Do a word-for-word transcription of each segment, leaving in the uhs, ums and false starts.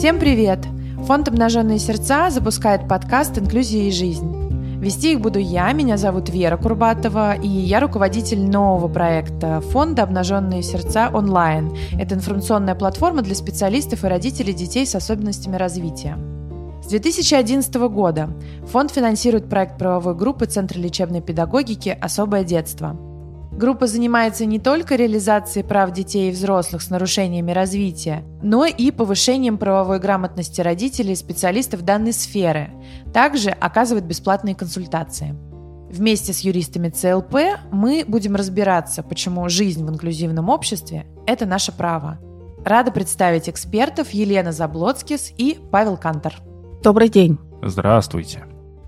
Всем привет! Фонд «Обнаженные сердца» запускает подкаст «Инклюзия и жизнь». Вести их буду я, меня зовут Вера Курбатова, и я руководитель нового проекта фонда «Обнаженные сердца онлайн». Это информационная платформа для специалистов и родителей детей с особенностями развития. С две тысячи одиннадцатого года фонд финансирует проект правовой группы Центра лечебной педагогики «Особое детство». Группа занимается не только реализацией прав детей и взрослых с нарушениями развития, но и повышением правовой грамотности родителей и специалистов данной сферы. Также оказывает бесплатные консультации. Вместе с юристами ЦЛП мы будем разбираться, почему жизнь в инклюзивном обществе – это наше право. Рада представить экспертов Елена Заблоцкис и Павел Кантор. Добрый день. Здравствуйте.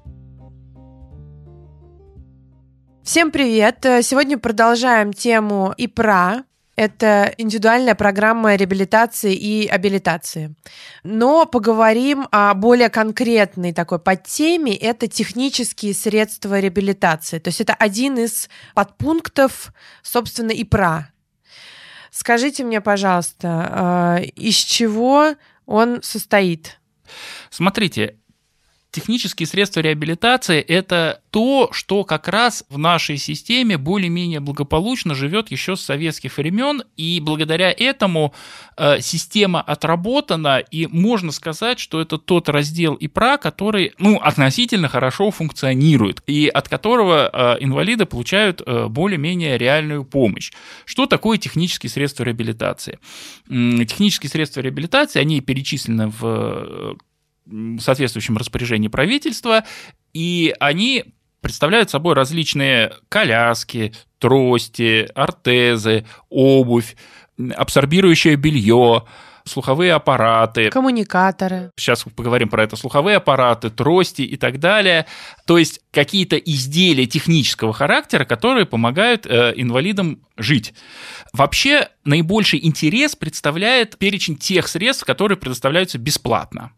Всем привет! Сегодня продолжаем тему ИПРА. Это индивидуальная программа реабилитации и абилитации. Но поговорим о более конкретной такой подтеме. Это технические средства реабилитации. То есть это один из подпунктов, собственно, ИПРА. Скажите мне, пожалуйста, из чего он состоит? Смотрите, технические средства реабилитации – это то, что как раз в нашей системе более-менее благополучно живет еще с советских времен, и благодаря этому э, система отработана, и можно сказать, что это тот раздел ИПРА, который ну, относительно хорошо функционирует, и от которого э, инвалиды получают э, более-менее реальную помощь. Что такое технические средства реабилитации? Технические средства реабилитации, они перечислены в соответствующем распоряжении правительства, и они представляют собой различные коляски, трости, ортезы, обувь, абсорбирующее белье, слуховые аппараты. Коммуникаторы. Сейчас поговорим про это. Слуховые аппараты, трости и так далее. То есть какие-то изделия технического характера, которые помогают э, инвалидам жить. Вообще наибольший интерес представляет перечень тех средств, которые предоставляются бесплатно.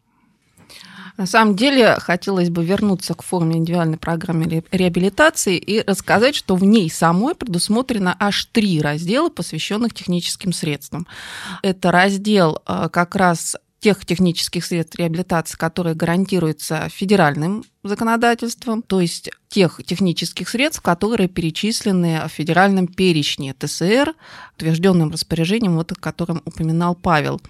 На самом деле, хотелось бы вернуться к форме индивидуальной программы реабилитации и рассказать, что в ней самой предусмотрено аж три раздела, посвященных техническим средствам. Это раздел как раз тех технических средств реабилитации, которые гарантируются федеральным законодательством, то есть тех технических средств, которые перечислены в федеральном перечне ТСР, утвержденным распоряжением, вот, о котором упоминал Павел.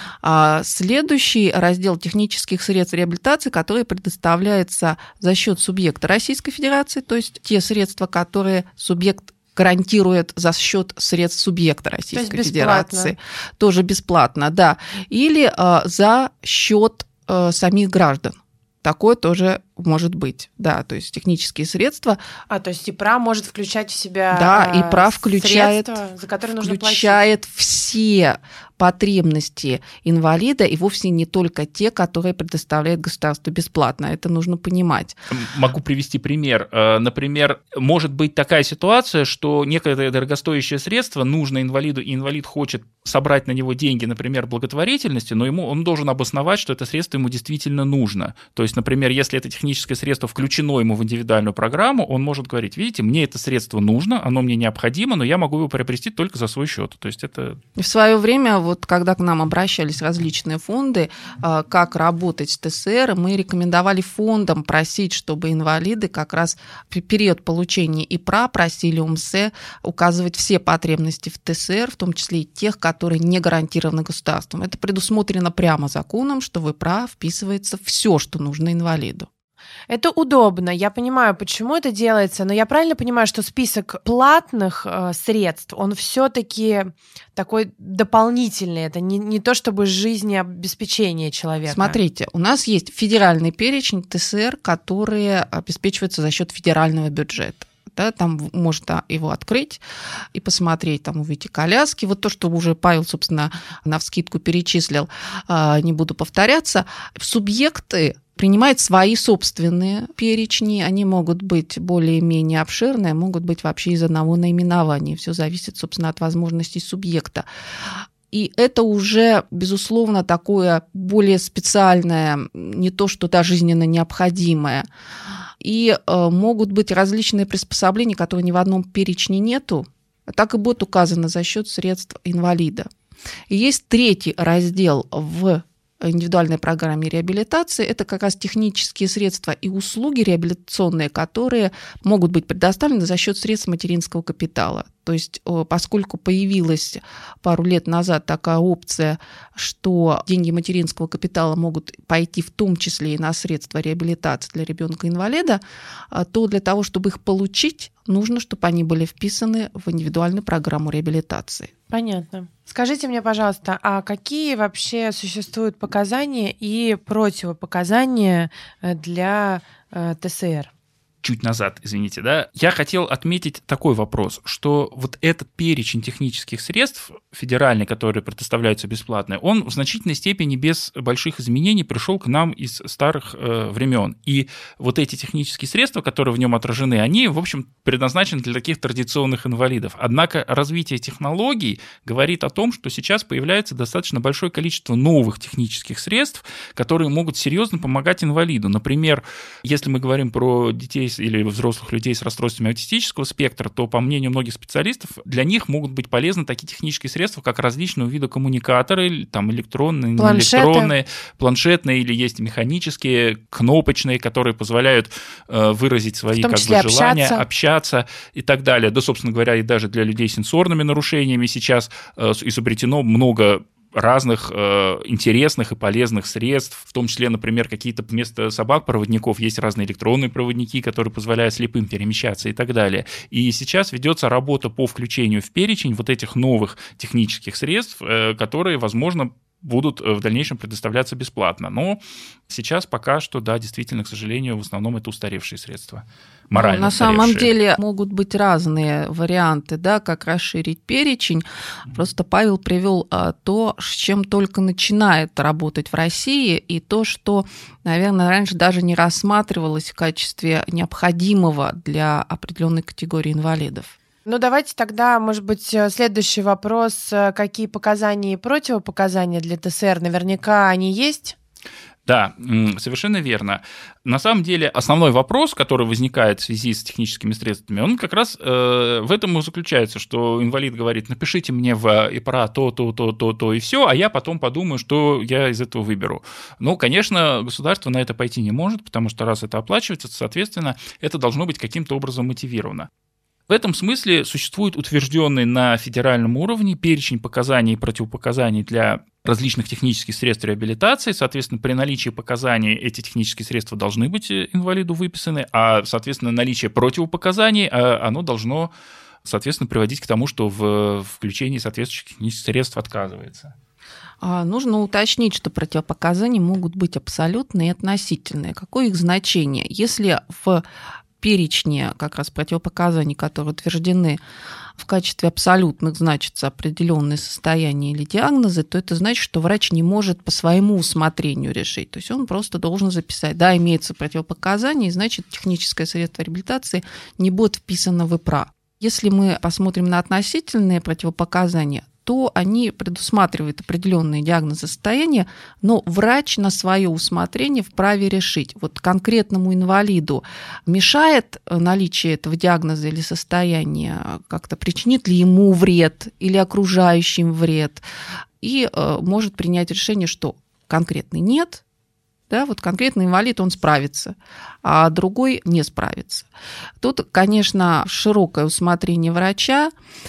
А следующий раздел технических средств реабилитации, который предоставляется за счет субъекта Российской Федерации, то есть те средства, которые субъект гарантирует за счет средств субъекта Российской Федерации. Тоже бесплатно, да. Или э, за счет э, самих граждан. Такое тоже может быть, да, то есть технические средства. А, то есть ИПРА может включать в себя да, ИПРА включает, средства, за которые нужно включает платить. все потребности инвалида, и вовсе не только те, которые предоставляет государство бесплатно. Это нужно понимать. Могу привести пример. Например, может быть такая ситуация, что некое дорогостоящее средство нужно инвалиду, и инвалид хочет собрать на него деньги, например, благотворительности, но ему, он должен обосновать, что это средство ему действительно нужно. То есть, например, если это техническое средство включено ему в индивидуальную программу, он может говорить: видите, мне это средство нужно, оно мне необходимо, но я могу его приобрести только за свой счет. То есть это... В свое время, вот когда к нам обращались различные фонды, как работать с ТСР, мы рекомендовали фондам просить, чтобы инвалиды как раз в период получения ИПРА просили УМСЭ указывать все потребности в ТСР, в том числе и тех, которые не гарантированы государством. Это предусмотрено прямо законом, что в ИПРА вписывается все, что нужно инвалиду. Это удобно, я понимаю, почему это делается, но я правильно понимаю, что список платных э, средств, он все-таки такой дополнительный, это не, не то чтобы жизнеобеспечение человека. Смотрите, у нас есть федеральный перечень ТСР, которые обеспечиваются за счет федерального бюджета. Да, там можно его открыть и посмотреть, там увидите коляски. Вот то, что уже Павел, собственно, навскидку перечислил, не буду повторяться. Субъекты принимают свои собственные перечни, они могут быть более-менее обширные, могут быть вообще из одного наименования. Все зависит, собственно, от возможностей субъекта. И это уже, безусловно, такое более специальное, не то что да, жизненно необходимое. И э, могут быть различные приспособления, которые ни в одном перечне нету, а так и будет указано за счет средств инвалида. И есть третий раздел в индивидуальной программе реабилитации, это как раз технические средства и услуги реабилитационные, которые могут быть предоставлены за счет средств материнского капитала. То есть, поскольку появилась пару лет назад такая опция, что деньги материнского капитала могут пойти в том числе и на средства реабилитации для ребенка-инвалида, то для того, чтобы их получить, нужно, чтобы они были вписаны в индивидуальную программу реабилитации. Понятно. Скажите мне, пожалуйста, а какие вообще существуют показания и противопоказания для э, ТСР? Чуть назад, извините, да, я хотел отметить такой вопрос, что вот этот перечень технических средств федеральный, которые предоставляются бесплатно, он в значительной степени без больших изменений пришел к нам из старых э, времен. И вот эти технические средства, которые в нем отражены, они, в общем, предназначены для таких традиционных инвалидов. Однако развитие технологий говорит о том, что сейчас появляется достаточно большое количество новых технических средств, которые могут серьезно помогать инвалиду. Например, если мы говорим про детей или взрослых людей с расстройствами аутистического спектра, то, по мнению многих специалистов, для них могут быть полезны такие технические средства, как различного вида коммуникаторы, там электронные, планшеты. электронные, планшетные, или есть механические, кнопочные, которые позволяют э, выразить свои как бы, желания, общаться. общаться и так далее. Да, собственно говоря, и даже для людей с сенсорными нарушениями сейчас э, изобретено много разных э, интересных и полезных средств, в том числе, например, какие-то вместо собак-проводников есть разные электронные проводники, которые позволяют слепым перемещаться и так далее. И сейчас ведется работа по включению в перечень вот этих новых технических средств, э, которые, возможно, будут в дальнейшем предоставляться бесплатно. Но сейчас пока что, да, действительно, к сожалению, в основном это устаревшие средства. Морально ну, на устаревшие. самом деле могут быть разные варианты, да, как расширить перечень. Mm-hmm. Просто Павел привел то, с чем только начинает работать в России, и то, что, наверное, раньше даже не рассматривалось в качестве необходимого для определенной категории инвалидов. Ну, давайте тогда, может быть, следующий вопрос. Какие показания и противопоказания для ТСР? Наверняка они есть? Да, совершенно верно. На самом деле основной вопрос, который возникает в связи с техническими средствами, он как раз э, в этом и заключается, что инвалид говорит: напишите мне в ИПРА то, то, то, то, то и все, а я потом подумаю, что я из этого выберу. Ну, конечно, государство на это пойти не может, потому что раз это оплачивается, соответственно, это должно быть каким-то образом мотивировано. В этом смысле существует утвержденный на федеральном уровне перечень показаний и противопоказаний для различных технических средств реабилитации. Соответственно, при наличии показаний эти технические средства должны быть инвалиду выписаны, а, соответственно, наличие противопоказаний, оно должно, соответственно, приводить к тому, что в включении соответствующих технических средств отказывается. Нужно уточнить, что противопоказания могут быть абсолютные и относительные. Какое их значение? Если в перечне как раз противопоказаний, которые утверждены, в качестве абсолютных значится определенное состояние или диагнозы, то это значит, что врач не может по своему усмотрению решить. То есть он просто должен записать: да, имеется противопоказание, значит, техническое средство реабилитации не будет вписано в ИПРА. Если мы посмотрим на относительные противопоказания, то они предусматривают определенные диагнозы состояния, но врач на свое усмотрение вправе решить, вот конкретному инвалиду мешает наличие этого диагноза или состояния, как-то причинит ли ему вред или окружающим вред, и может принять решение, что конкретный нет, да, вот конкретный инвалид, он справится, а другой не справится. Тут, конечно, широкое усмотрение врача,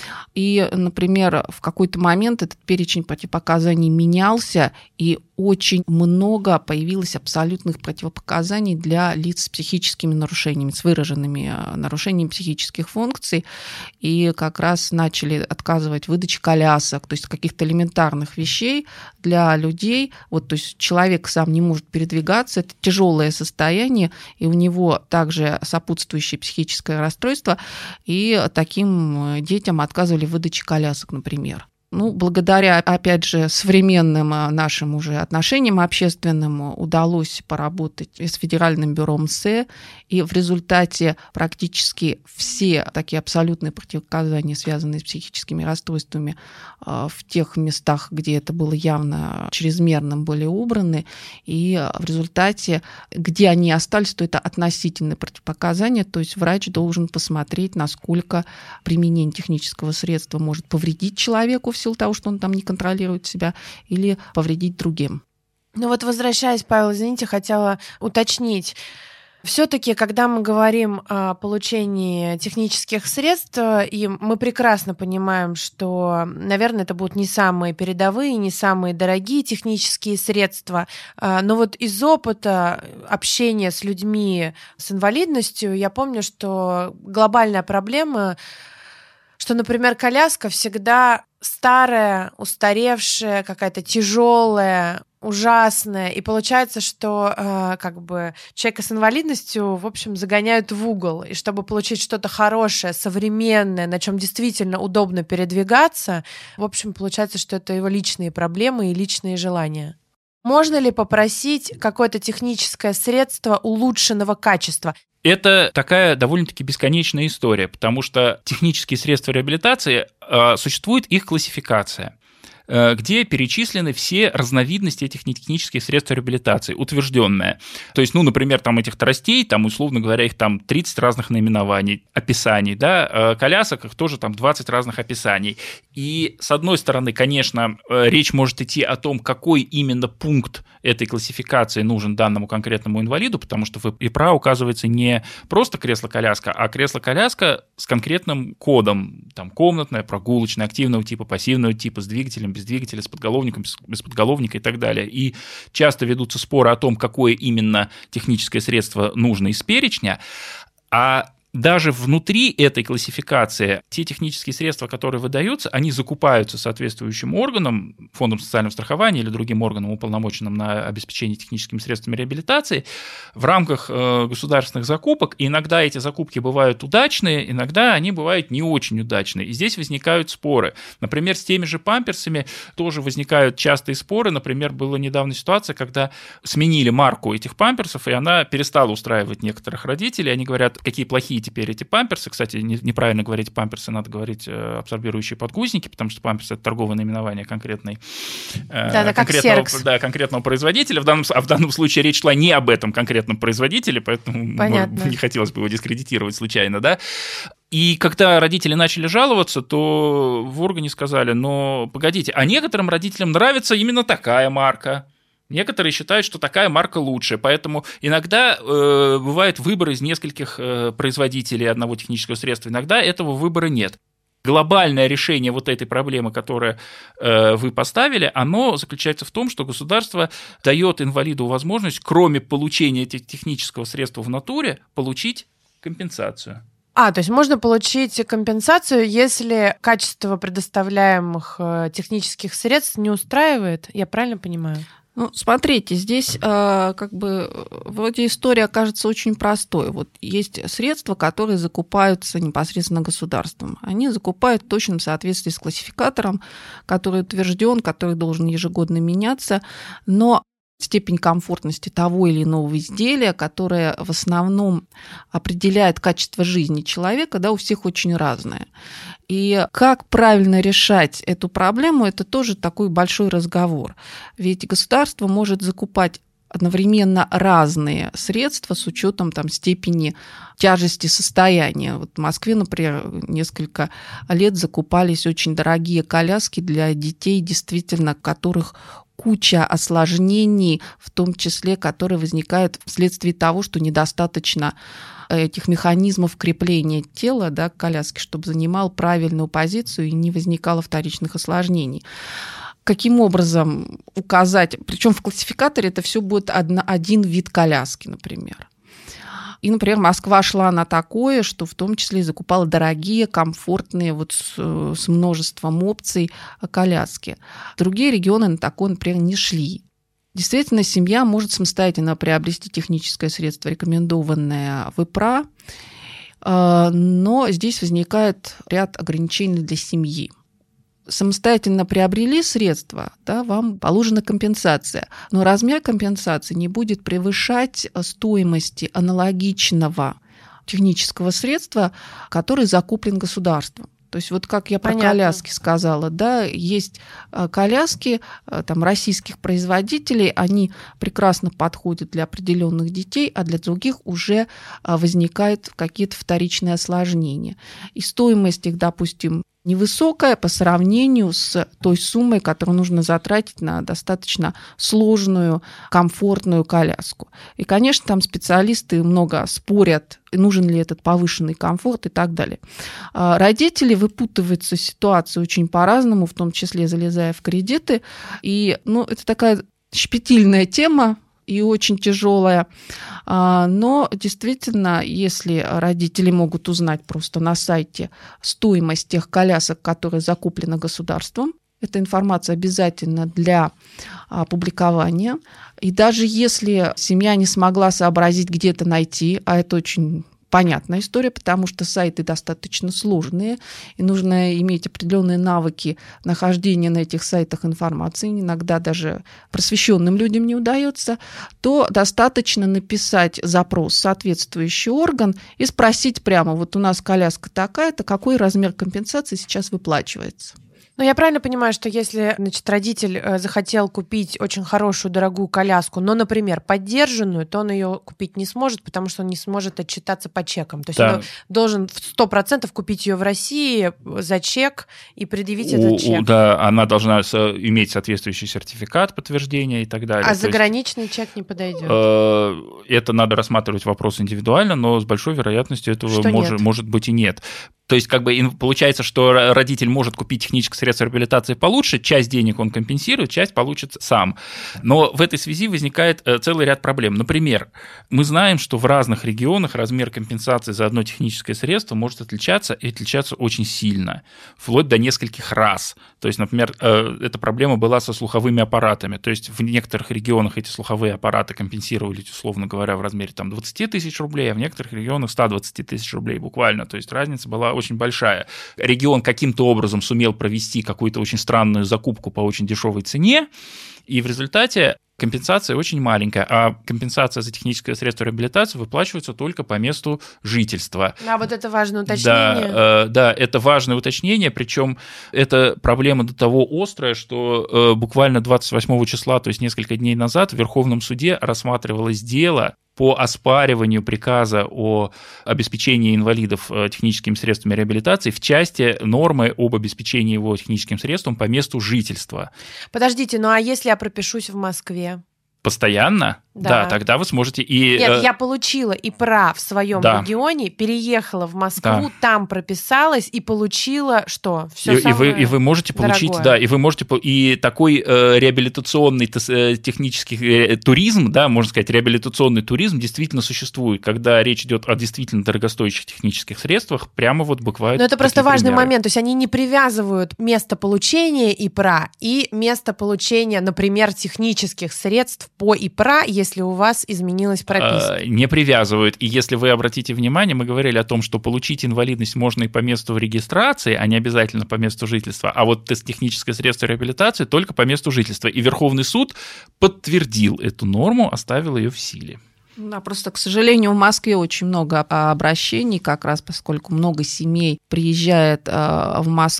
и, например, в какой-то момент этот перечень противопоказаний менялся, и очень много появилось абсолютных противопоказаний для лиц с психическими нарушениями, с выраженными нарушениями психических функций, и как раз начали отказывать в выдаче колясок, то есть каких-то элементарных вещей для людей. Вот, то есть человек сам не может передвигаться, это тяжелое состояние, и у него также сопутствующее психическое расстройство, и таким детям отказывали в выдаче колясок, например. Ну, благодаря, опять же, современным нашим уже отношениям общественным удалось поработать с Федеральным бюро МСЭ, и в результате практически все такие абсолютные противопоказания, связанные с психическими расстройствами, в тех местах, где это было явно чрезмерным, были убраны, и в результате, где они остались, то это относительные противопоказания, то есть врач должен посмотреть, насколько применение технического средства может повредить человеку в силу того, что он там не контролирует себя, или повредить другим. Ну вот возвращаясь, Павел, извините, хотела уточнить. Все-таки, когда мы говорим о получении технических средств, и мы прекрасно понимаем, что, наверное, это будут не самые передовые, не самые дорогие технические средства, но вот из опыта общения с людьми с инвалидностью я помню, что глобальная проблема, что, например, коляска всегда старая, устаревшая, какая-то тяжелая, ужасное, и получается, что э, как бы человека с инвалидностью, в общем, загоняют в угол, и чтобы получить что-то хорошее, современное, на чем действительно удобно передвигаться, в общем, получается, что это его личные проблемы и личные желания. Можно ли попросить какое-то техническое средство улучшенного качества? Это такая довольно-таки бесконечная история, потому что технические средства реабилитации, э, существует их классификация, где перечислены все разновидности этих технических средств реабилитации, утвержденные. То есть, ну, например, там этих тростей, там, условно говоря, их там тридцать разных наименований, описаний, да, колясок, их тоже там двадцать разных описаний. И, с одной стороны, конечно, речь может идти о том, какой именно пункт этой классификации нужен данному конкретному инвалиду, потому что в ИПРА указывается не просто кресло-коляска, а кресло-коляска с конкретным кодом, там, комнатное, прогулочное, активного типа, пассивного типа, с двигателем, без двигателя, с подголовником, без подголовника и так далее. И часто ведутся споры о том, какое именно техническое средство нужно из перечня, а даже внутри этой классификации те технические средства, которые выдаются, они закупаются соответствующим органом, фондом социального страхования или другим органом, уполномоченным на обеспечение техническими средствами реабилитации, в рамках государственных закупок. И иногда эти закупки бывают удачные, иногда они бывают не очень удачные. И здесь возникают споры. Например, с теми же памперсами тоже возникают частые споры. Например, была недавно ситуация, когда сменили марку этих памперсов, и она перестала устраивать некоторых родителей. Они говорят, какие плохие теперь эти памперсы. Кстати, неправильно говорить памперсы, надо говорить абсорбирующие подгузники, потому что памперс – это торговое наименование конкретной, да, конкретного, да, конкретного производителя. В данном, а в данном случае речь шла не об этом конкретном производителе, поэтому Понятно. Не хотелось бы его дискредитировать случайно, да. И когда родители начали жаловаться, то в органе сказали, но погодите, а некоторым родителям нравится именно такая марка. Некоторые считают, что такая марка лучше, поэтому иногда э, бывает выбор из нескольких э, производителей одного технического средства, иногда этого выбора нет. Глобальное решение вот этой проблемы, которую э, вы поставили, оно заключается в том, что государство дает инвалиду возможность, кроме получения этих технического средства в натуре, получить компенсацию. А, то есть можно получить компенсацию, если качество предоставляемых э, технических средств не устраивает, я правильно понимаю? Ну, смотрите, здесь э, как бы вроде история кажется очень простой. Вот есть средства, которые закупаются непосредственно государством. Они закупают в точном соответствии с классификатором, который утвержден, который должен ежегодно меняться, но степень комфортности того или иного изделия, которое в основном определяет качество жизни человека, да, у всех очень разное. И как правильно решать эту проблему, это тоже такой большой разговор. Ведь государство может закупать одновременно разные средства с учетом там, степени тяжести состояния. Вот в Москве, например, несколько лет закупались очень дорогие коляски для детей, действительно, которых куча осложнений, в том числе, которые возникают вследствие того, что недостаточно этих механизмов крепления тела, да, к коляске, чтобы занимал правильную позицию и не возникало вторичных осложнений. Каким образом указать, причем в классификаторе это все будет одно, один вид коляски, например. И, например, Москва шла на такое, что в том числе и закупала дорогие, комфортные, вот с, с множеством опций коляски. Другие регионы на такое, например, не шли. Действительно, семья может самостоятельно приобрести техническое средство, рекомендованное в ИПРА, но здесь возникает ряд ограничений для семьи. Самостоятельно приобрели средства, да, вам положена компенсация, но размер компенсации не будет превышать стоимости аналогичного технического средства, который закуплен государством. То есть вот как я про Понятно. коляски сказала, да, есть коляски там, российских производителей, они прекрасно подходят для определенных детей, а для других уже возникают какие-то вторичные осложнения. И стоимость их, допустим, невысокая по сравнению с той суммой, которую нужно затратить на достаточно сложную, комфортную коляску. И, конечно, там специалисты много спорят, нужен ли этот повышенный комфорт и так далее. Родители выпутываются из ситуации очень по-разному, в том числе залезая в кредиты. И ну, это такая щепетильная тема, и очень тяжелая. Но действительно, если родители могут узнать просто на сайте стоимость тех колясок, которые закуплены государством, эта информация обязательна для публикования. И даже если семья не смогла сообразить, где это найти, а это очень понятная история, потому что сайты достаточно сложные, и нужно иметь определенные навыки нахождения на этих сайтах информации, иногда даже просвещенным людям не удается, то достаточно написать запрос в соответствующий орган и спросить прямо, вот у нас коляска такая-то, какой размер компенсации сейчас выплачивается. Но я правильно понимаю, что если, значит, родитель захотел купить очень хорошую, дорогую коляску, но, например, поддержанную, то он ее купить не сможет, потому что он не сможет отчитаться по чекам. То есть да. он должен в сто процентов купить ее в России за чек и предъявить у, этот чек. У, да, она должна иметь соответствующий сертификат подтверждения и так далее. А то заграничный есть, чек не подойдет? Э, это надо рассматривать вопрос индивидуально, но с большой вероятностью этого может, может быть и нет. То есть, как бы получается, что родитель может купить техническое средство реабилитации получше, часть денег он компенсирует, часть получит сам. Но в этой связи возникает целый ряд проблем. Например, мы знаем, что в разных регионах размер компенсации за одно техническое средство может отличаться и отличаться очень сильно, вплоть до нескольких раз. То есть, например, эта проблема была со слуховыми аппаратами. То есть, в некоторых регионах эти слуховые аппараты компенсировались, условно говоря, в размере там, двадцать тысяч рублей, а в некоторых регионах сто двадцать тысяч рублей буквально. То есть, разница была очень большая. Регион каким-то образом сумел провести какую-то очень странную закупку по очень дешевой цене, и в результате компенсация очень маленькая, а компенсация за техническое средство реабилитации выплачивается только по месту жительства. А вот это важное уточнение. Да, э, да, это важное уточнение, причем эта проблема до того острая, что э, буквально двадцать восьмого числа, то есть несколько дней назад, в Верховном суде рассматривалось дело по оспариванию приказа о обеспечении инвалидов техническими средствами реабилитации в части нормы об обеспечении его техническим средством по месту жительства. Подождите, ну а если я пропишусь в Москве? Постоянно? Да. да, тогда вы сможете и... Нет, я получила ИПРА в своем да. регионе, переехала в Москву, да. там прописалась и получила что? Все и, самое и, вы, и вы можете получить, дорогое. да, и вы можете... И такой э, реабилитационный э, технический э, туризм, да, можно сказать, реабилитационный туризм действительно существует, когда речь идет о действительно дорогостоящих технических средствах, прямо вот буквально... Но это просто важный примеры. момент, то есть они не привязывают место получения ИПРА и место получения, например, технических средств по ИПРА, если у вас изменилась прописка. Не привязывают. И если вы обратите внимание, мы говорили о том, что получить инвалидность можно и по месту регистрации, а не обязательно по месту жительства. А вот техническое средство реабилитации только по месту жительства. И Верховный суд подтвердил эту норму, оставил ее в силе. Да, просто, к сожалению, в Москве очень много обращений, как раз поскольку много семей приезжает в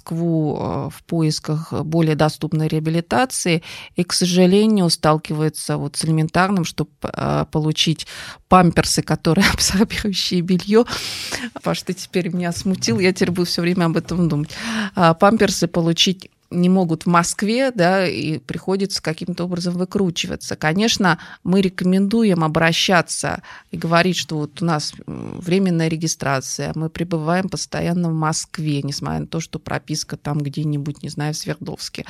Москву в поисках более доступной реабилитации и, к сожалению, сталкиваются вот с элементарным, чтобы получить памперсы, которые абсорбирующие белье. Паш, ты теперь меня смутил, я теперь буду все время об этом думать. Памперсы получить не могут в Москве, да, и приходится каким-то образом выкручиваться. Конечно, мы рекомендуем обращаться и говорить, что вот у нас временная регистрация, мы пребываем постоянно в Москве, несмотря на то, что прописка там где-нибудь, не знаю, в Свердловске.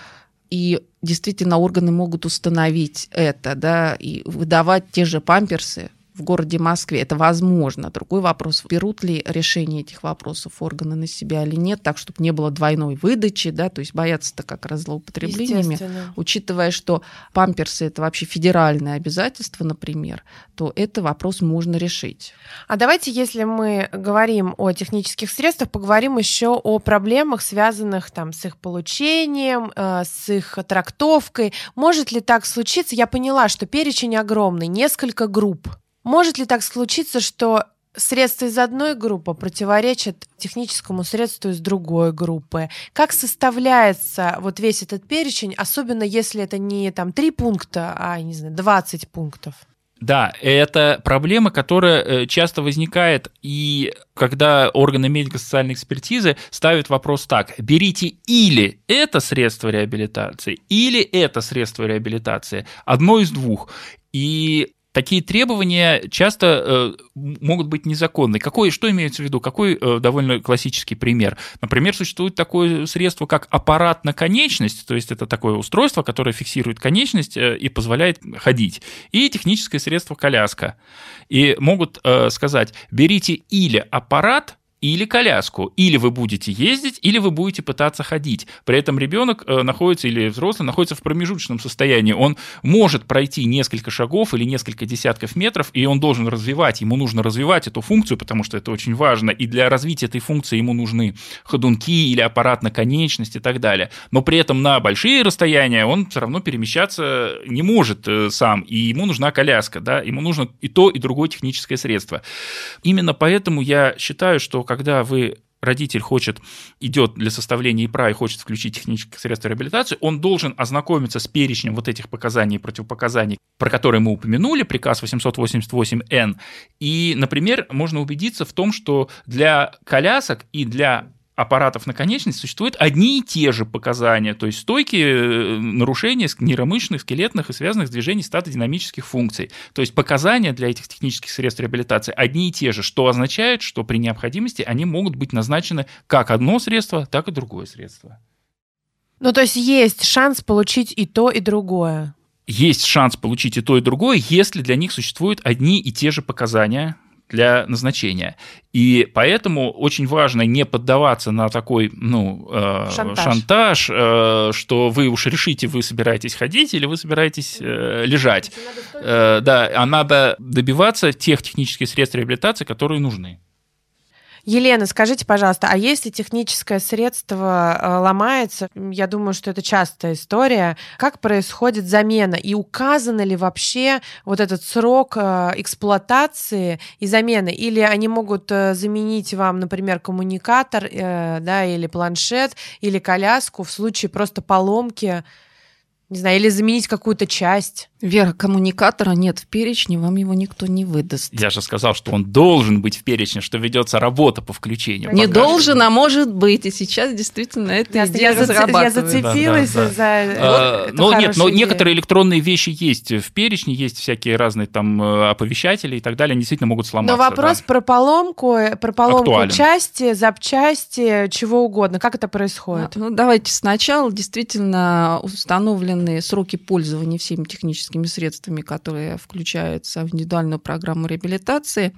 И действительно органы могут установить это, да, и выдавать те же памперсы в городе Москве. Это возможно. Другой вопрос, берут ли решение этих вопросов органы на себя или нет, так, чтобы не было двойной выдачи, да, то есть бояться-то как раз злоупотреблениями. Учитывая, что памперсы – это вообще федеральное обязательство, например, то этот вопрос можно решить. А давайте, если мы говорим о технических средствах, поговорим еще о проблемах, связанных там, с их получением, э, с их трактовкой. Может ли так случиться? Я поняла, что перечень огромный, несколько групп. Может ли так случиться, что средства из одной группы противоречат техническому средству из другой группы? Как составляется вот весь этот перечень, особенно если это не там три пункта, а, не знаю, двадцать пунктов? Да, это проблема, которая часто возникает, и когда органы медико-социальной экспертизы ставят вопрос так: берите или это средство реабилитации, или это средство реабилитации, одно из двух. И такие требования часто э, могут быть незаконны. Какой, что имеется в виду? Какой э, довольно классический пример? Например, существует такое средство, как аппарат на конечность, то есть это такое устройство, которое фиксирует конечность э, и позволяет ходить, и техническое средство коляска. И могут э, сказать: берите или аппарат, или коляску, или вы будете ездить, или вы будете пытаться ходить. При этом ребенок находится, или взрослый находится в промежуточном состоянии. Он может пройти несколько шагов или несколько десятков метров, и он должен развивать, ему нужно развивать эту функцию, потому что это очень важно, и для развития этой функции ему нужны ходунки или аппарат на конечность и так далее. Но при этом на большие расстояния он все равно перемещаться не может сам, и ему нужна коляска, да? Ему нужно и то, и другое техническое средство. Именно поэтому я считаю, что когда вы, родитель хочет, идет для составления ИПРА и хочет включить техническое средство реабилитации, он должен ознакомиться с перечнем вот этих показаний и противопоказаний, про которые мы упомянули, приказ восемьсот восемьдесят восемь эн. И, например, можно убедиться в том, что для колясок и для аппаратов на конечность существуют одни и те же показания, то есть стойкие нарушения нейромышечных, скелетных и связанных с движением статодинамических функций. То есть показания для этих технических средств реабилитации одни и те же, что означает, что при необходимости они могут быть назначены как одно средство, так и другое средство. Ну, то есть есть шанс получить и то, и другое. Есть шанс получить и то, и другое, если для них существуют одни и те же показания для назначения. И поэтому очень важно не поддаваться на такой, ну, э, шантаж, шантаж э, что вы уж решите, вы собираетесь ходить или вы собираетесь э, лежать. Э, да, а надо добиваться тех технических средств реабилитации, которые нужны. Елена, скажите, пожалуйста, а если техническое средство ломается, я думаю, что это частая история, как происходит замена и указан ли вообще вот этот срок эксплуатации и замены? Или они могут заменить вам, например, коммуникатор, да, или планшет, или коляску в случае просто поломки, не знаю, или заменить какую-то часть? Вера, коммуникатора нет в перечне, вам его никто не выдаст. Я же сказал, что он должен быть в перечне, что ведется работа по включению. Не пока должен, а может быть. И сейчас действительно эта идея я разрабатывается. Я зацепилась да, да, да. за а, Ну нет, но идея. Некоторые электронные вещи есть в перечне, есть всякие разные там оповещатели и так далее, они действительно могут сломаться. Но вопрос да. про поломку, про поломку актуален. Части, запчасти, чего угодно. Как это происходит? Ну, давайте сначала действительно установлены сроки пользования всеми техническими средствами, которые включаются в индивидуальную программу реабилитации.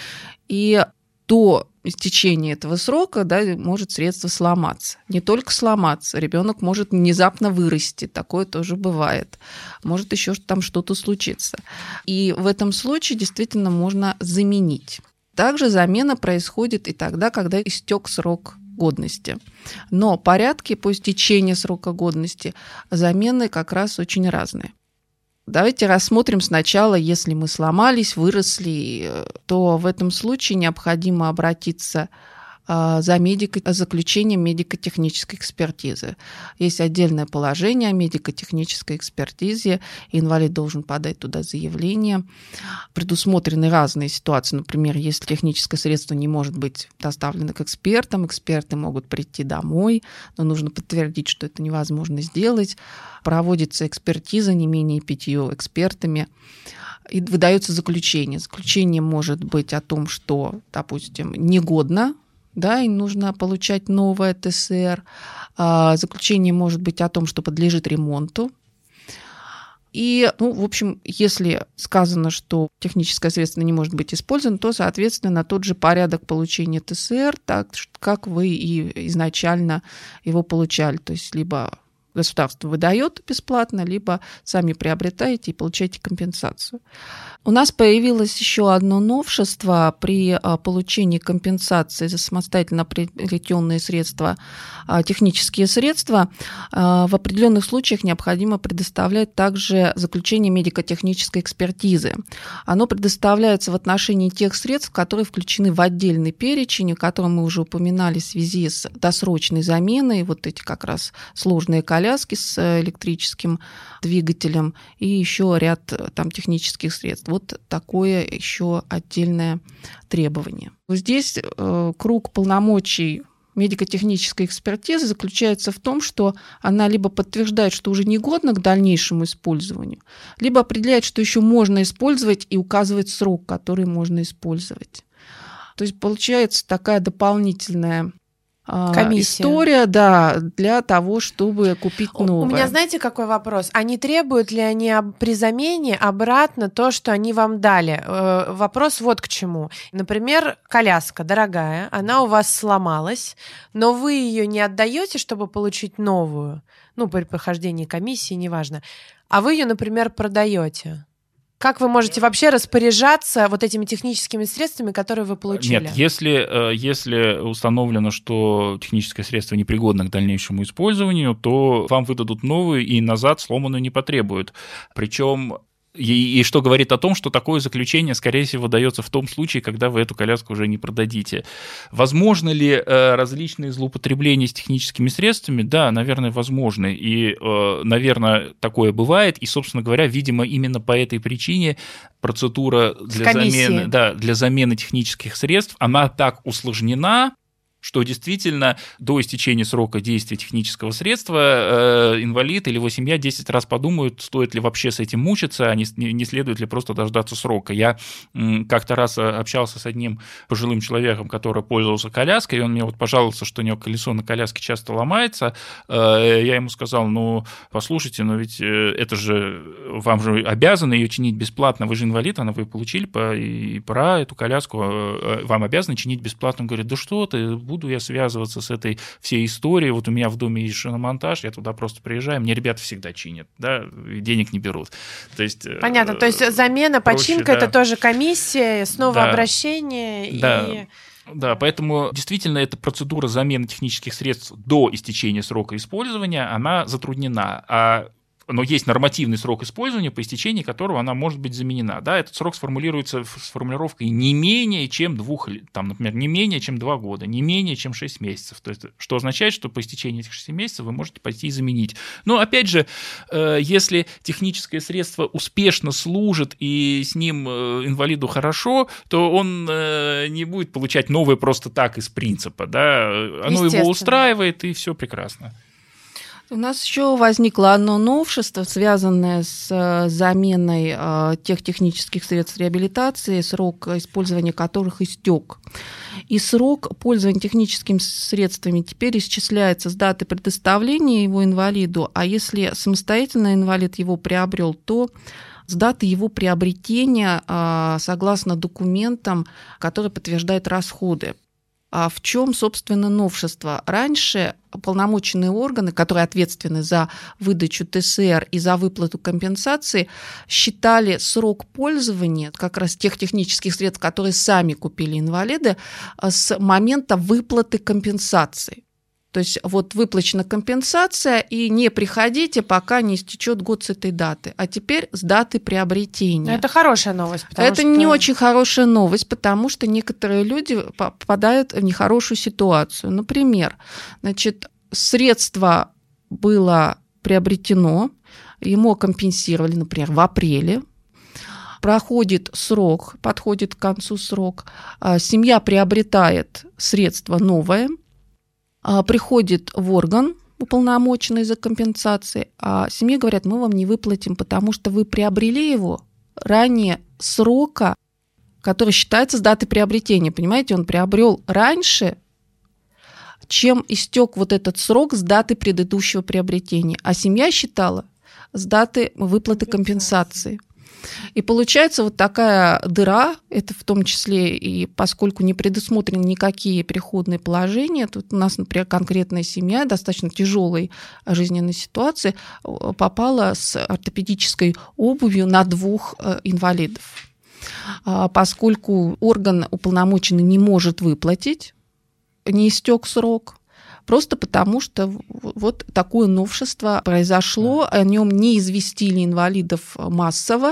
И до истечения этого срока, да, может средство сломаться. Не только сломаться, ребенок может внезапно вырасти, такое тоже бывает. Может еще там что-то случиться. И в этом случае действительно можно заменить. Также замена происходит и тогда, когда истек срок годности. Но порядки по истечении срока годности замены как раз очень разные. Давайте рассмотрим сначала, если мы сломались, выросли, то в этом случае необходимо обратиться за медико, заключением медико-технической экспертизы. Есть отдельное положение о медико-технической экспертизе, инвалид должен подать туда заявление. Предусмотрены разные ситуации, например, если техническое средство не может быть доставлено к экспертам, эксперты могут прийти домой, но нужно подтвердить, что это невозможно сделать. Проводится экспертиза не менее пятью экспертами, и выдается заключение. Заключение может быть о том, что, допустим, негодно, да, и нужно получать новое ТСР. Заключение может быть о том, что подлежит ремонту. И, ну, в общем, если сказано, что техническое средство не может быть использовано, то, соответственно, тот же порядок получения ТСР, так как вы и изначально его получали. То есть либо государство выдает бесплатно, либо сами приобретаете и получаете компенсацию. У нас появилось еще одно новшество при получении компенсации за самостоятельно приобретенные средства, технические средства. В определенных случаях необходимо предоставлять также заключение медико-технической экспертизы. Оно предоставляется в отношении тех средств, которые включены в отдельный перечень, о котором мы уже упоминали в связи с досрочной заменой, вот эти как раз сложные коляски, коляски с электрическим двигателем и еще ряд там технических средств. Вот такое еще отдельное требование. Здесь э, круг полномочий медико-технической экспертизы заключается в том, что она либо подтверждает, что уже негодна к дальнейшему использованию, либо определяет, что еще можно использовать и указывает срок, который можно использовать. То есть получается такая дополнительная Комиссия. История, да, для того, чтобы купить новое. У меня, знаете, какой вопрос? Они требуют ли они при замене обратно то, что они вам дали? Э, вопрос вот к чему. Например, коляска дорогая, она у вас сломалась, но вы ее не отдаете, чтобы получить новую, ну, при прохождении комиссии, неважно, а вы ее, например, продаете. Как вы можете вообще распоряжаться вот этими техническими средствами, которые вы получили? Нет, если, если установлено, что техническое средство непригодно к дальнейшему использованию, то вам выдадут новую и назад сломанную не потребуют. Причем И, и что говорит о том, что такое заключение, скорее всего, дается в том случае, когда вы эту коляску уже не продадите. Возможно ли э, различные злоупотребления с техническими средствами? Да, наверное, возможны. И, э, наверное, такое бывает. И, собственно говоря, видимо, именно по этой причине процедура для замены, да, для замены технических средств, она так усложнена, что действительно до истечения срока действия технического средства э, инвалид или его семья десять раз подумают, стоит ли вообще с этим мучиться, а не, не следует ли просто дождаться срока. Я м, как-то раз общался с одним пожилым человеком, который пользовался коляской, и он мне вот пожаловался, что у него колесо на коляске часто ломается. Э, я ему сказал, ну, послушайте, но ведь это же, вам же обязаны ее чинить бесплатно, вы же инвалид, она вы получили, по, и пора эту коляску, вам обязаны чинить бесплатно. Он говорит, да что ты, буду я связываться с этой всей историей, вот у меня в доме есть шиномонтаж, я туда просто приезжаю, мне ребята всегда чинят, да, денег не берут. То есть, понятно, то есть замена, проще, починка, да. Это тоже комиссия, снова да. обращение. Да. И... Да, поэтому действительно эта процедура замены технических средств до истечения срока использования, она затруднена, а но есть нормативный срок использования, по истечении которого она может быть заменена. Да, этот срок сформулируется с формулировкой не менее чем двух лет, там, например, не менее чем два года, не менее чем шесть месяцев. То есть, что означает, что по истечении этих шести месяцев вы можете пойти и заменить. Но, опять же, если техническое средство успешно служит и с ним инвалиду хорошо, то он не будет получать новое просто так из принципа. Да? Оно его устраивает, и все прекрасно. У нас еще возникло одно новшество, связанное с заменой тех технических средств реабилитации, срок использования которых истек. И срок пользования техническими средствами теперь исчисляется с даты предоставления его инвалиду, а если самостоятельно инвалид его приобрел, то с даты его приобретения согласно документам, которые подтверждают расходы. А в чем, собственно, новшество? Раньше уполномоченные органы, которые ответственны за выдачу ТСР и за выплату компенсации, считали срок пользования как раз тех технических средств, которые сами купили инвалиды, с момента выплаты компенсации. То есть вот выплачена компенсация, и не приходите, пока не истечет год с этой даты. А теперь с даты приобретения. Это хорошая новость. Это что... не очень хорошая новость, потому что некоторые люди попадают в нехорошую ситуацию. Например, значит, средство было приобретено, ему компенсировали, например, в апреле. Проходит срок, подходит к концу срок, семья приобретает средство новое, приходит в орган, уполномоченный за компенсацией, а семье говорят, мы вам не выплатим, потому что вы приобрели его ранее срока, который считается с даты приобретения. Понимаете, он приобрел раньше, чем истек вот этот срок с даты предыдущего приобретения. А семья считала с даты выплаты компенсации. И получается вот такая дыра, это в том числе и поскольку не предусмотрены никакие переходные положения, тут у нас, например, конкретная семья, достаточно тяжелой жизненной ситуации, попала с ортопедической обувью на двух инвалидов. Поскольку орган уполномоченный не может выплатить, не истек срок, просто потому что вот такое новшество произошло, о нем не известили инвалидов массово.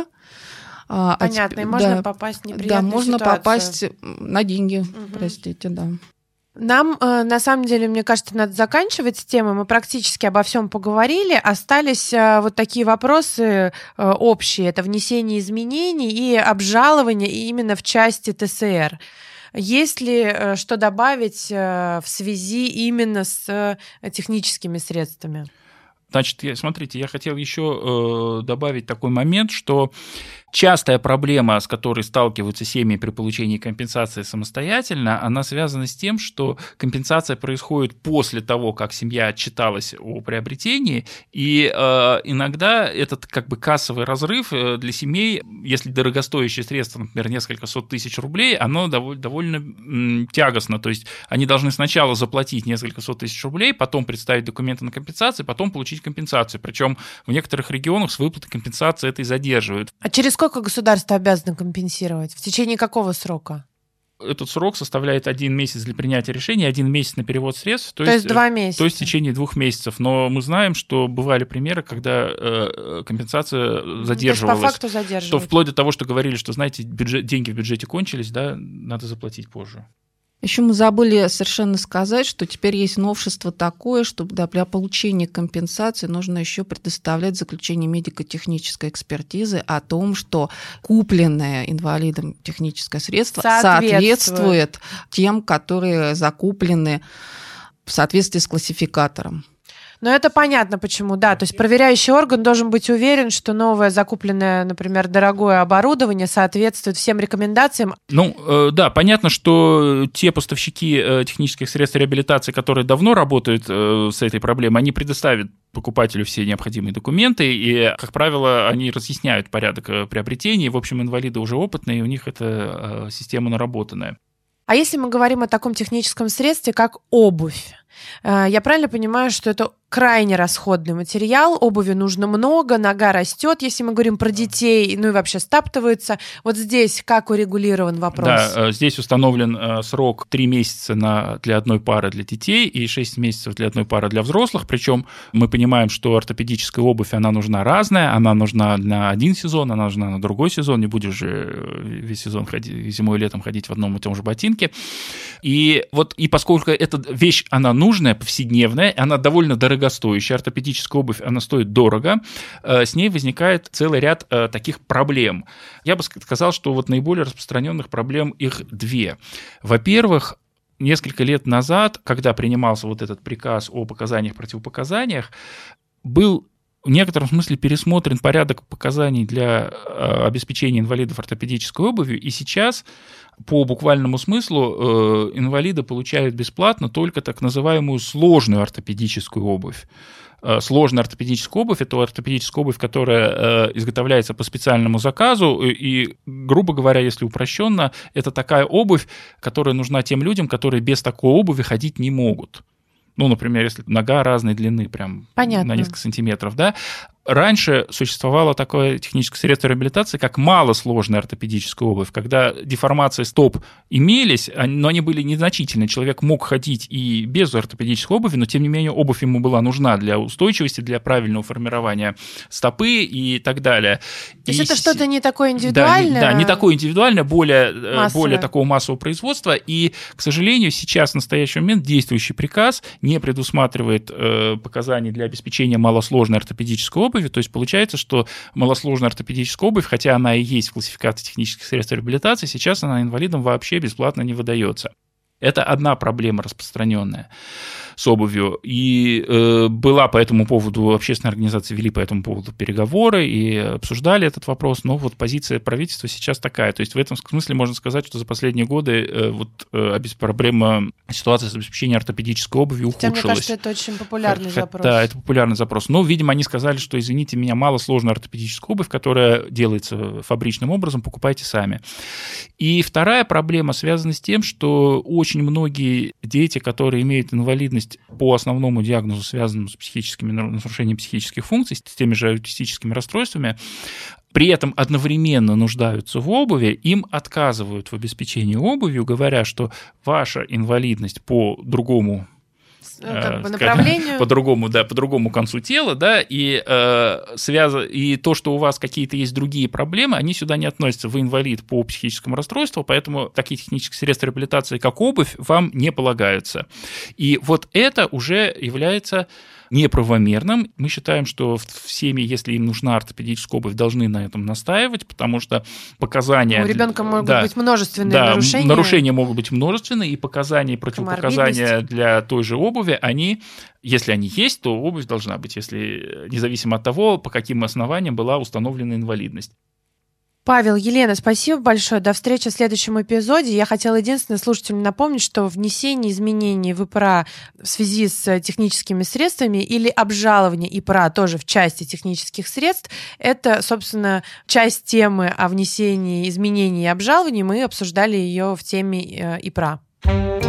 Понятно, а, и можно да, попасть в неприятную Да, можно ситуацию. попасть на деньги, угу. простите, да. Нам, на самом деле, мне кажется, надо заканчивать с темой. Мы практически обо всем поговорили. Остались вот такие вопросы общие. Это внесение изменений и обжалование именно в части ТСР. Есть ли что добавить в связи именно с техническими средствами? Значит, смотрите, я хотел еще добавить такой момент, что частая проблема, с которой сталкиваются семьи при получении компенсации самостоятельно, она связана с тем, что компенсация происходит после того, как семья отчиталась о приобретении, и э, иногда этот как бы кассовый разрыв для семей, если дорогостоящее средство, например, несколько сот тысяч рублей, оно довольно, довольно м, тягостно, то есть они должны сначала заплатить несколько сот тысяч рублей, потом представить документы на компенсацию, потом получить компенсацию, причем в некоторых регионах с выплатой компенсации это и задерживают. А через сколько государство обязано компенсировать? В течение какого срока? Этот срок составляет один месяц для принятия решения, один месяц на перевод средств. То, то есть, есть два месяца. То есть в течение двух месяцев. Но мы знаем, что бывали примеры, когда э, компенсация задерживалась. То есть по факту задерживают. Что вплоть до того, что говорили, что, знаете, бюджет, деньги в бюджете кончились, да, надо заплатить позже. Еще мы забыли совершенно сказать, что теперь есть новшество такое, что для получения компенсации нужно еще предоставлять заключение медико-технической экспертизы о том, что купленное инвалидом техническое средство соответствует, соответствует тем, которые закуплены в соответствии с классификатором. Но это понятно почему, да. То есть проверяющий орган должен быть уверен, что новое закупленное, например, дорогое оборудование соответствует всем рекомендациям. Ну, э, да, понятно, что те поставщики э, технических средств реабилитации, которые давно работают э, с этой проблемой, они предоставят покупателю все необходимые документы, и, как правило, они разъясняют порядок приобретения. В общем, инвалиды уже опытные, и у них эта э, система наработанная. А если мы говорим о таком техническом средстве, как обувь, я правильно понимаю, что это крайне расходный материал, обуви нужно много, нога растет, если мы говорим про детей, ну и вообще стаптывается. Вот здесь как урегулирован вопрос? Да, здесь установлен срок три месяца на, для одной пары для детей и шесть месяцев для одной пары для взрослых, причем мы понимаем, что ортопедическая обувь, она нужна разная, она нужна на один сезон, она нужна на другой сезон, не будешь же весь сезон ходить, зимой и летом ходить в одном и том же ботинке. И вот и поскольку эта вещь, она нужная, повседневная, она довольно дорогостоящая, ортопедическая обувь, она стоит дорого, с ней возникает целый ряд таких проблем. Я бы сказал, что вот наиболее распространенных проблем их две. Во-первых, несколько лет назад, когда принимался вот этот приказ о показаниях-противопоказаниях, был в некотором смысле пересмотрен порядок показаний для обеспечения инвалидов ортопедической обувью, и сейчас по буквальному смыслу инвалиды получают бесплатно только так называемую сложную ортопедическую обувь. Сложная ортопедическая обувь – это ортопедическая обувь, которая изготовляется по специальному заказу, и, грубо говоря, если упрощенно, это такая обувь, которая нужна тем людям, которые без такой обуви ходить не могут. Ну, например, если нога разной длины, прям Понятно. на несколько сантиметров, да. Раньше существовало такое техническое средство реабилитации, как малосложная ортопедическая обувь, когда деформации стоп имелись, но они были незначительны. Человек мог ходить и без ортопедической обуви, но, тем не менее, обувь ему была нужна для устойчивости, для правильного формирования стопы и так далее. То есть и... это что-то не такое индивидуальное? Да, да, не такое индивидуальное, более, более такого массового производства. И, к сожалению, сейчас, в настоящий момент, действующий приказ не предусматривает э, показаний для обеспечения малосложной ортопедической обуви. То есть получается, что малосложная ортопедическая обувь, хотя она и есть в классификации технических средств реабилитации, сейчас она инвалидам вообще бесплатно не выдается. Это одна проблема распространенная с обувью. И э, была по этому поводу, общественные организации вели по этому поводу переговоры и обсуждали этот вопрос, но вот позиция правительства сейчас такая. То есть в этом смысле можно сказать, что за последние годы э, вот, э, проблема ситуации с обеспечением ортопедической обуви Хотя, ухудшилась. Мне кажется, это очень популярный Хотя, запрос. Да, это популярный запрос. Но, видимо, они сказали, что, извините меня, малосложная ортопедическая обувь, которая делается фабричным образом, покупайте сами. И вторая проблема связана с тем, что очень многие дети, которые имеют инвалидность по основному диагнозу, связанному с психическими нарушениями психических функций, с теми же аутистическими расстройствами, при этом одновременно нуждаются в обуви, им отказывают в обеспечении обувью, говоря, что ваша инвалидность по другому как бы направлению. По другому, да, по другому концу тела, да, и, э, связ... и то, что у вас какие-то есть другие проблемы, они сюда не относятся. Вы инвалид по психическому расстройству, поэтому такие технические средства реабилитации, как обувь, вам не полагаются. И вот это уже является неправомерным. Мы считаем, что в семье, если им нужна ортопедическая обувь, должны на этом настаивать, потому что показания... У ребенка могут да, быть множественные да, нарушения. нарушения могут быть множественные, и показания и противопоказания для той же обуви, они, если они есть, то обувь должна быть, если независимо от того, по каким основаниям была установлена инвалидность. Павел, Елена, спасибо большое. До встречи в следующем эпизоде. Я хотела единственное слушателям напомнить, что внесение изменений в ИПРА в связи с техническими средствами или обжалование ИПРА тоже в части технических средств, это, собственно, часть темы о внесении изменений и обжалований. Мы обсуждали ее в теме ИПРА.